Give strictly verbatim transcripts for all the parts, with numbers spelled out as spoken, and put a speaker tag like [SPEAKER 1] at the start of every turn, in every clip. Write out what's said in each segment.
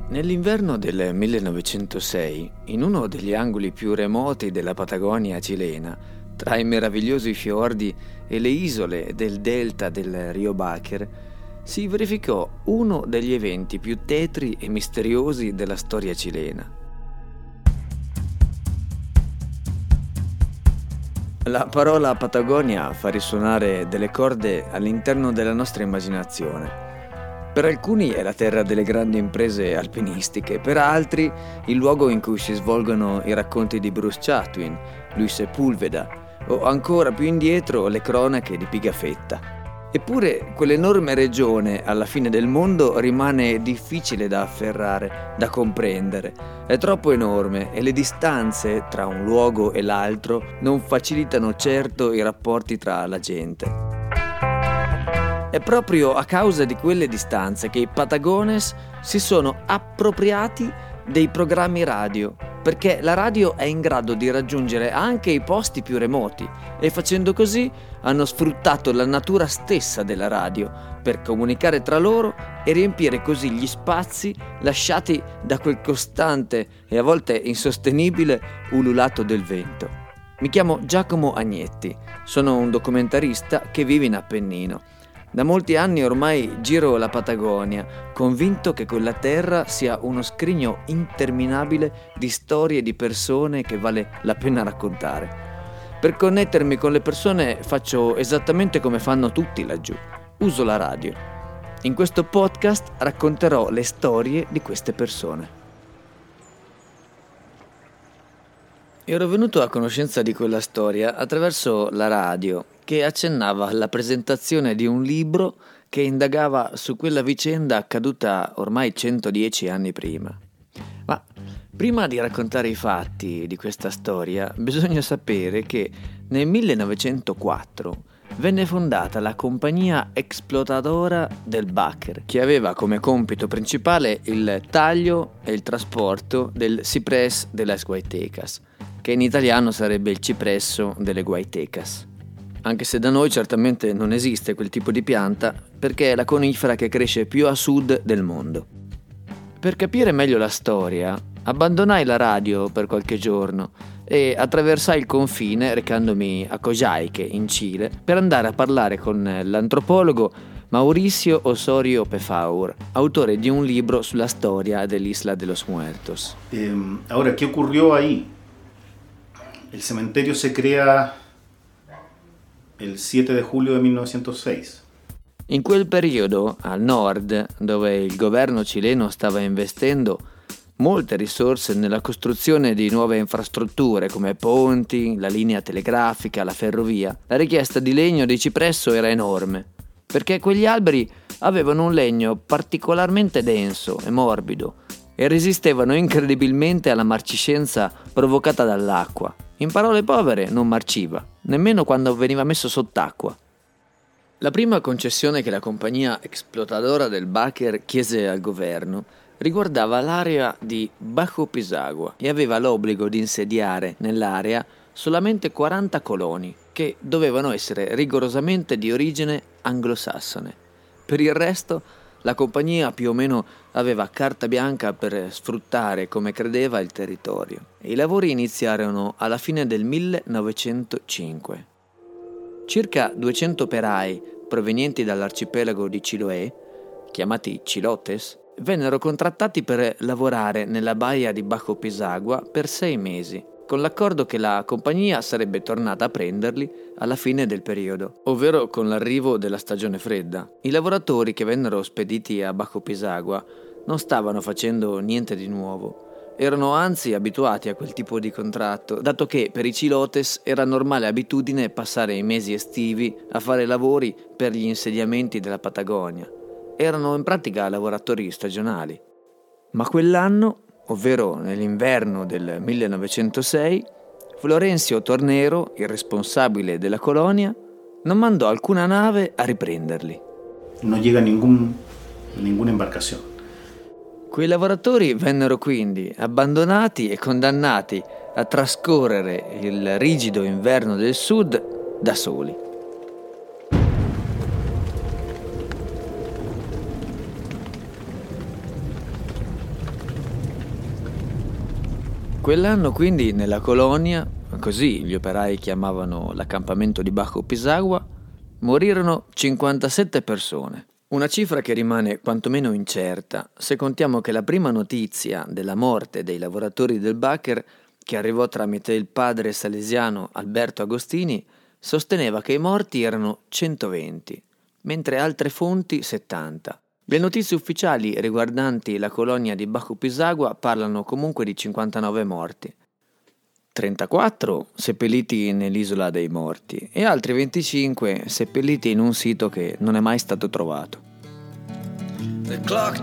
[SPEAKER 1] Nell'inverno del millenovecentosei, in uno degli angoli più remoti della Patagonia cilena, tra i meravigliosi fiordi e le isole del delta del Rio Báquer, si verificò uno degli eventi più tetri e misteriosi della storia cilena. La parola Patagonia fa risuonare delle corde all'interno della nostra immaginazione. Per alcuni è la terra delle grandi imprese alpinistiche, per altri il luogo in cui si svolgono i racconti di Bruce Chatwin, Luis Sepúlveda o ancora più indietro le cronache di Pigafetta. Eppure quell'enorme regione alla fine del mondo rimane difficile da afferrare, da comprendere. È troppo enorme e le distanze tra un luogo e l'altro non facilitano certo i rapporti tra la gente. È proprio a causa di quelle distanze che i Patagones si sono appropriati dei programmi radio, perché la radio è in grado di raggiungere anche i posti più remoti e facendo così hanno sfruttato la natura stessa della radio per comunicare tra loro e riempire così gli spazi lasciati da quel costante e a volte insostenibile ululato del vento. Mi chiamo Giacomo Agnetti, sono un documentarista che vive in Appennino. Da molti anni ormai giro la Patagonia, convinto che quella terra sia uno scrigno interminabile di storie e di persone che vale la pena raccontare. Per connettermi con le persone faccio esattamente come fanno tutti laggiù, uso la radio. In questo podcast racconterò le storie di queste persone. Ero venuto a conoscenza di quella storia attraverso la radio, che accennava alla presentazione di un libro che indagava su quella vicenda accaduta ormai centodieci anni prima. Ma prima di raccontare i fatti di questa storia, bisogna sapere che nel millenovecentoquattro venne fondata la compagnia Explotadora del Báquer, che aveva come compito principale il taglio e il trasporto del ciprés de las Guaytecas, che in italiano sarebbe il cipresso delle Guaytecas. Anche se da noi certamente non esiste quel tipo di pianta, perché è la conifera che cresce più a sud del mondo. Per capire meglio la storia, abbandonai la radio per qualche giorno e attraversai il confine recandomi a Coyhaique, in Cile, per andare a parlare con l'antropologo Mauricio Osorio Pefaur, autore di un libro sulla storia dell'Isla de los Muertos.
[SPEAKER 2] Eh, ahora, ¿qué ocurrió ahí? El cementerio se crea il sette di julio del millenovecentosei.
[SPEAKER 1] In quel periodo, al nord, dove il governo cileno stava investendo molte risorse nella costruzione di nuove infrastrutture come ponti, la linea telegrafica, la ferrovia, la richiesta di legno di cipresso era enorme, perché quegli alberi avevano un legno particolarmente denso e morbido e resistevano incredibilmente alla marciscenza provocata dall'acqua. In parole povere, non marciva, nemmeno quando veniva messo sott'acqua. La prima concessione che la compagnia Explotadora del Báquer chiese al governo riguardava l'area di Bajo Pisagua e aveva l'obbligo di insediare nell'area solamente quaranta coloni, che dovevano essere rigorosamente di origine anglosassone. Per il resto, la compagnia più o meno aveva carta bianca per sfruttare come credeva il territorio e i lavori iniziarono alla fine del millenovecentocinque. Circa duecento operai provenienti dall'arcipelago di Chiloé, chiamati Chilotes, vennero contrattati per lavorare nella baia di Bajo Pisagua per sei mesi, con l'accordo che la compagnia sarebbe tornata a prenderli alla fine del periodo, ovvero con l'arrivo della stagione fredda. I lavoratori che vennero spediti a Bajo Pisagua non stavano facendo niente di nuovo, erano anzi abituati a quel tipo di contratto, dato che per i Chilotes era normale abitudine passare i mesi estivi a fare lavori per gli insediamenti della Patagonia. Erano in pratica lavoratori stagionali. Ma quell'anno, ovvero nell'inverno del millenovecentosei, Florencio Tornero, il responsabile della colonia, non mandò alcuna nave a riprenderli.
[SPEAKER 2] Non llega ningún, ninguna imbarcazione.
[SPEAKER 1] Quei lavoratori vennero quindi abbandonati e condannati a trascorrere il rigido inverno del sud da soli. Quell'anno quindi nella colonia, così gli operai chiamavano l'accampamento di Bajo Pisagua, morirono cinquantasette persone. Una cifra che rimane quantomeno incerta se contiamo che la prima notizia della morte dei lavoratori del Bacher, che arrivò tramite il padre salesiano Alberto Agostini, sosteneva che i morti erano centoventi, mentre altre fonti settanta. Le notizie ufficiali riguardanti la colonia di Bajo Pisagua parlano comunque di cinquantanove morti, trentaquattro seppelliti nell'isola dei morti e altri venticinque seppelliti in un sito che non è mai stato trovato. The clock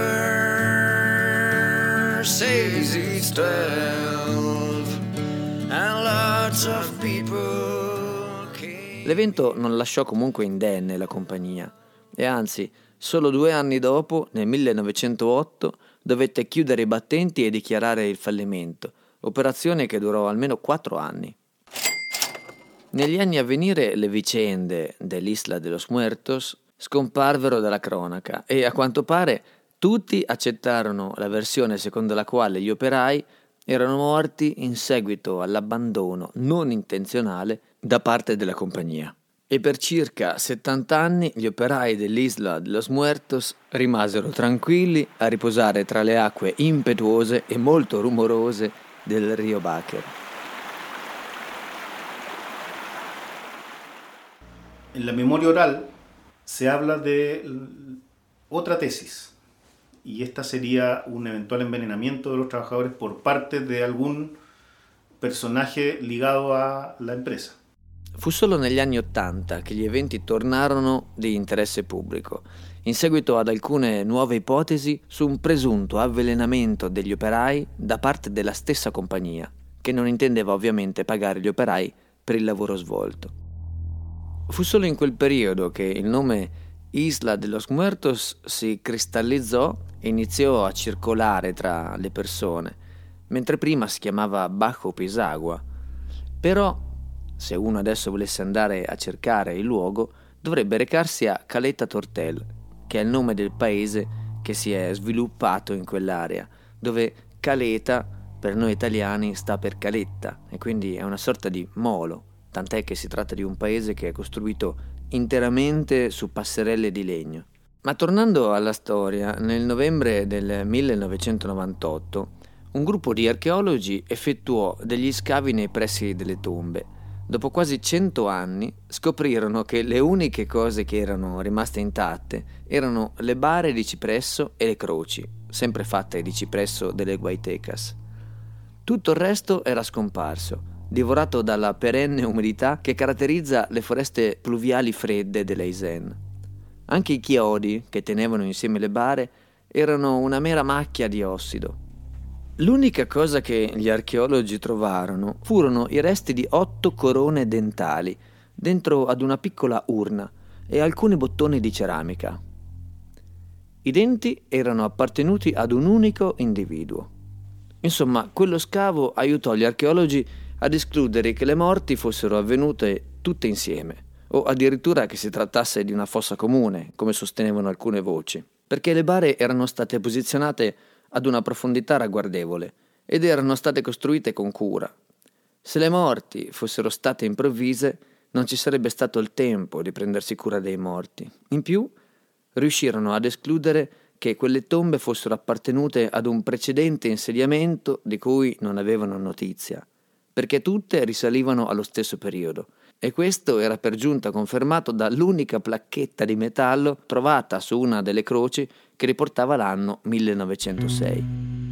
[SPEAKER 1] tower says it's twelve and lots of people came. L'evento non lasciò comunque indenne la compagnia e anzi solo due anni dopo, nel millenovecentootto, dovette chiudere i battenti e dichiarare il fallimento, operazione che durò almeno quattro anni. Negli anni a venire le vicende dell'Isla de los Muertos scomparvero dalla cronaca e a quanto pare tutti accettarono la versione secondo la quale gli operai erano morti in seguito all'abbandono non intenzionale da parte della compagnia. E per circa settanta anni gli operai dell'Isla de los Muertos rimasero tranquilli a riposare tra le acque impetuose e molto rumorose del Rio Bacher.
[SPEAKER 2] En la memoria oral se habla de otra tesis, y esta sería un eventual envenenamiento de los trabajadores por parte de algún personaje ligado a la empresa.
[SPEAKER 1] Fu solo negli anni Ottanta che gli eventi tornarono di interesse pubblico, in seguito ad alcune nuove ipotesi su un presunto avvelenamento degli operai da parte della stessa compagnia, che non intendeva ovviamente pagare gli operai per il lavoro svolto. Fu solo in quel periodo che il nome Isla de los Muertos si cristallizzò e iniziò a circolare tra le persone, mentre prima si chiamava Bajo Pisagua. Però se uno adesso volesse andare a cercare il luogo, dovrebbe recarsi a Caleta Tortel, che è il nome del paese che si è sviluppato in quell'area, dove Caleta per noi italiani sta per caletta e quindi è una sorta di molo, tant'è che si tratta di un paese che è costruito interamente su passerelle di legno. Ma tornando alla storia, nel novembre del millenovecentonovantotto un gruppo di archeologi effettuò degli scavi nei pressi delle tombe. Dopo quasi cento anni scoprirono che le uniche cose che erano rimaste intatte erano le bare di cipresso e le croci, sempre fatte di cipresso delle Guaytecas. Tutto il resto era scomparso, divorato dalla perenne umidità che caratterizza le foreste pluviali fredde dell'Aisén. Anche i chiodi che tenevano insieme le bare erano una mera macchia di ossido. L'unica cosa che gli archeologi trovarono furono i resti di otto corone dentali dentro ad una piccola urna e alcuni bottoni di ceramica. I denti erano appartenuti ad un unico individuo. Insomma, quello scavo aiutò gli archeologi ad escludere che le morti fossero avvenute tutte insieme, o addirittura che si trattasse di una fossa comune, come sostenevano alcune voci, perché le bare erano state posizionate ad una profondità ragguardevole ed erano state costruite con cura. Se le morti fossero state improvvise, non ci sarebbe stato il tempo di prendersi cura dei morti. In più, riuscirono ad escludere che quelle tombe fossero appartenute ad un precedente insediamento di cui non avevano notizia, perché tutte risalivano allo stesso periodo, e questo era per giunta confermato dall'unica placchetta di metallo trovata su una delle croci che riportava l'anno millenovecentosei.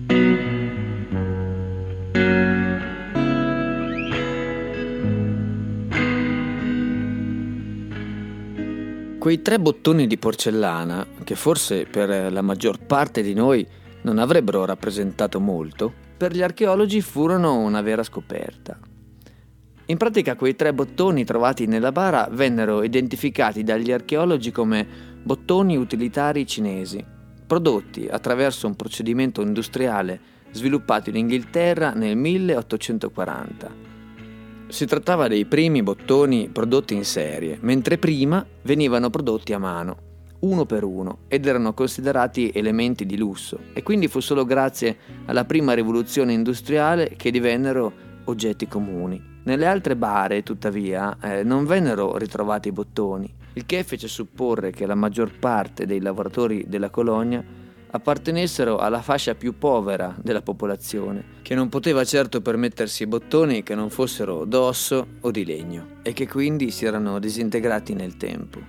[SPEAKER 1] Quei tre bottoni di porcellana, che forse per la maggior parte di noi non avrebbero rappresentato molto, per gli archeologi furono una vera scoperta. In pratica quei tre bottoni trovati nella bara vennero identificati dagli archeologi come bottoni utilitari cinesi, prodotti attraverso un procedimento industriale sviluppato in Inghilterra nel milleottocentoquaranta. Si trattava dei primi bottoni prodotti in serie, mentre prima venivano prodotti a mano. uno per uno ed erano considerati elementi di lusso, e quindi fu solo grazie alla prima rivoluzione industriale che divennero oggetti comuni. Nelle altre bare, tuttavia, eh, non vennero ritrovati bottoni, il che fece supporre che la maggior parte dei lavoratori della colonia appartenessero alla fascia più povera della popolazione, che non poteva certo permettersi bottoni che non fossero d'osso o di legno, e che quindi si erano disintegrati nel tempo.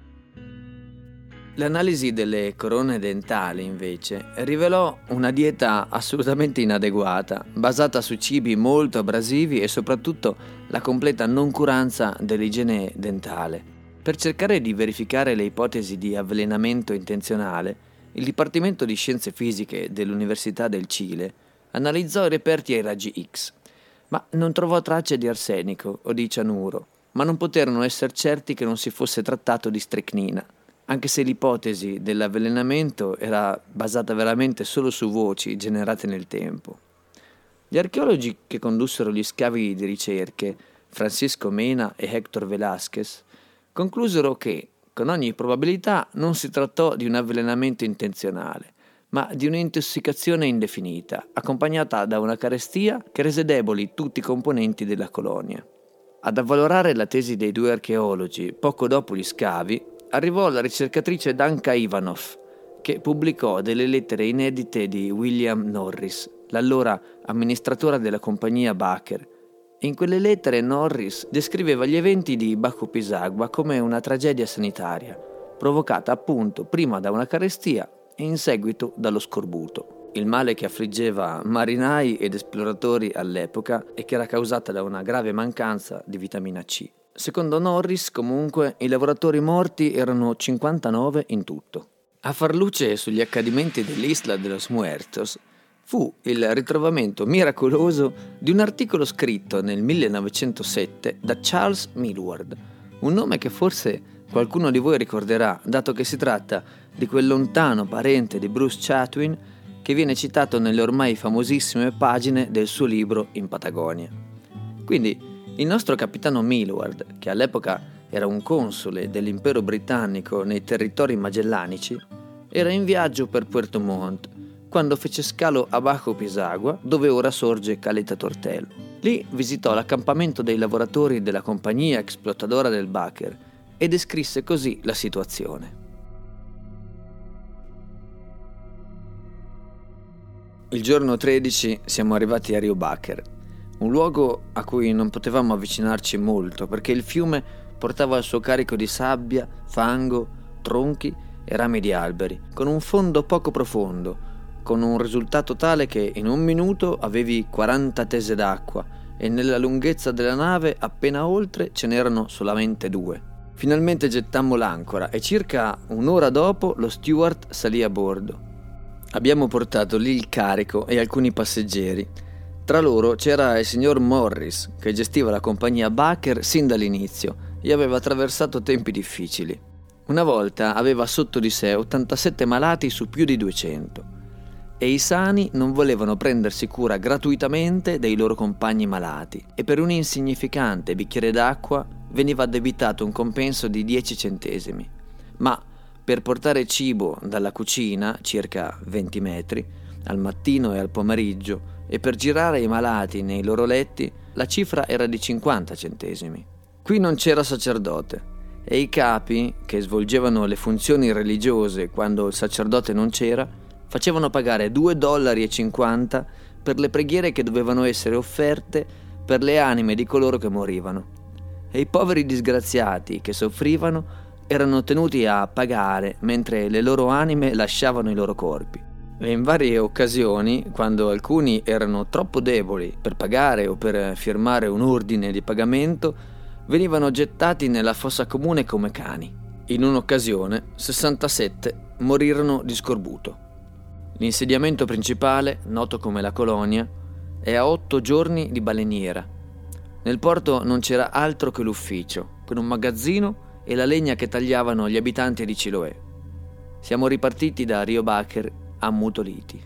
[SPEAKER 1] L'analisi delle corone dentali, invece, rivelò una dieta assolutamente inadeguata, basata su cibi molto abrasivi e soprattutto la completa noncuranza dell'igiene dentale. Per cercare di verificare le ipotesi di avvelenamento intenzionale, il Dipartimento di Scienze Fisiche dell'Università del Cile analizzò i reperti ai raggi X, ma non trovò tracce di arsenico o di cianuro, ma non poterono essere certi che non si fosse trattato di stricnina, anche se l'ipotesi dell'avvelenamento era basata veramente solo su voci generate nel tempo. Gli archeologi che condussero gli scavi di ricerche, Francisco Mena e Héctor Velázquez, conclusero che, con ogni probabilità, non si trattò di un avvelenamento intenzionale, ma di un'intossicazione indefinita, accompagnata da una carestia che rese deboli tutti i componenti della colonia. Ad avvalorare la tesi dei due archeologi, poco dopo gli scavi, arrivò la ricercatrice Danka Ivanov, che pubblicò delle lettere inedite di William Norris, l'allora amministratore della compagnia Baker. In quelle lettere Norris descriveva gli eventi di Bajo Pisagua come una tragedia sanitaria, provocata appunto prima da una carestia e in seguito dallo scorbuto. Il male che affliggeva marinai ed esploratori all'epoca e che era causata da una grave mancanza di vitamina C. Secondo Norris, comunque, i lavoratori morti erano cinquantanove in tutto. A far luce sugli accadimenti dell'Isla de los Muertos fu il ritrovamento miracoloso di un articolo scritto nel millenovecentosette da Charles Millward, un nome che forse qualcuno di voi ricorderà, dato che si tratta di quel lontano parente di Bruce Chatwin che viene citato nelle ormai famosissime pagine del suo libro In Patagonia. Quindi, il nostro capitano Millward, che all'epoca era un console dell'impero britannico nei territori magellanici, era in viaggio per Puerto Montt quando fece scalo a Bajo Pisagua, dove ora sorge Caleta Tortello. Lì visitò l'accampamento dei lavoratori della compagnia esploatadora del Baker e descrisse così la situazione. Il giorno tredici siamo arrivati a Rio Baker, un luogo a cui non potevamo avvicinarci molto perché il fiume portava il suo carico di sabbia, fango, tronchi e rami di alberi, con un fondo poco profondo, con un risultato tale che in un minuto avevi quaranta tese d'acqua e nella lunghezza della nave appena oltre ce n'erano solamente due. Finalmente gettammo l'ancora e circa un'ora dopo lo steward salì a bordo. Abbiamo portato lì il carico e alcuni passeggeri. Tra loro c'era il signor Morris, che gestiva la compagnia Baker sin dall'inizio e aveva attraversato tempi difficili. Una volta aveva sotto di sé ottantasette malati su più di duecento e i sani non volevano prendersi cura gratuitamente dei loro compagni malati e per un insignificante bicchiere d'acqua veniva addebitato un compenso di dieci centesimi. Ma per portare cibo dalla cucina, circa venti metri, al mattino e al pomeriggio, e per girare i malati nei loro letti, la cifra era di cinquanta centesimi. Qui non c'era sacerdote, e i capi, che svolgevano le funzioni religiose quando il sacerdote non c'era, facevano pagare due dollari e cinquanta per le preghiere che dovevano essere offerte per le anime di coloro che morivano. E i poveri disgraziati che soffrivano erano tenuti a pagare mentre le loro anime lasciavano i loro corpi. E in varie occasioni, quando alcuni erano troppo deboli per pagare o per firmare un ordine di pagamento, venivano gettati nella fossa comune come cani. In un'occasione, sessantasette morirono di scorbuto. L'insediamento principale, noto come la colonia, è a otto giorni di baleniera. Nel porto non c'era altro che l'ufficio, con un magazzino e la legna che tagliavano gli abitanti di Chiloé. Siamo ripartiti da Rio Baker ammutoliti.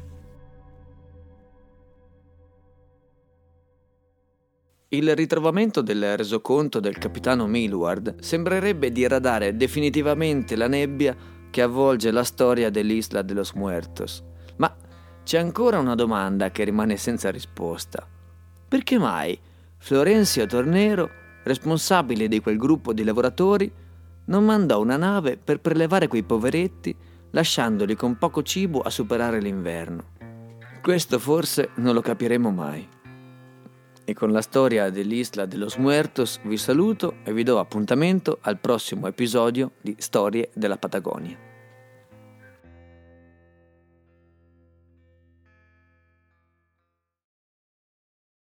[SPEAKER 1] Il ritrovamento del resoconto del capitano Millward sembrerebbe diradare definitivamente la nebbia che avvolge la storia dell'Isla de los Muertos. Ma c'è ancora una domanda che rimane senza risposta. Perché mai Florencio Tornero, responsabile di quel gruppo di lavoratori, non mandò una nave per prelevare quei poveretti, lasciandoli con poco cibo a superare l'inverno? Questo forse non lo capiremo mai. E con la storia dell'Isla de los Muertos vi saluto e vi do appuntamento al prossimo episodio di Storie della Patagonia.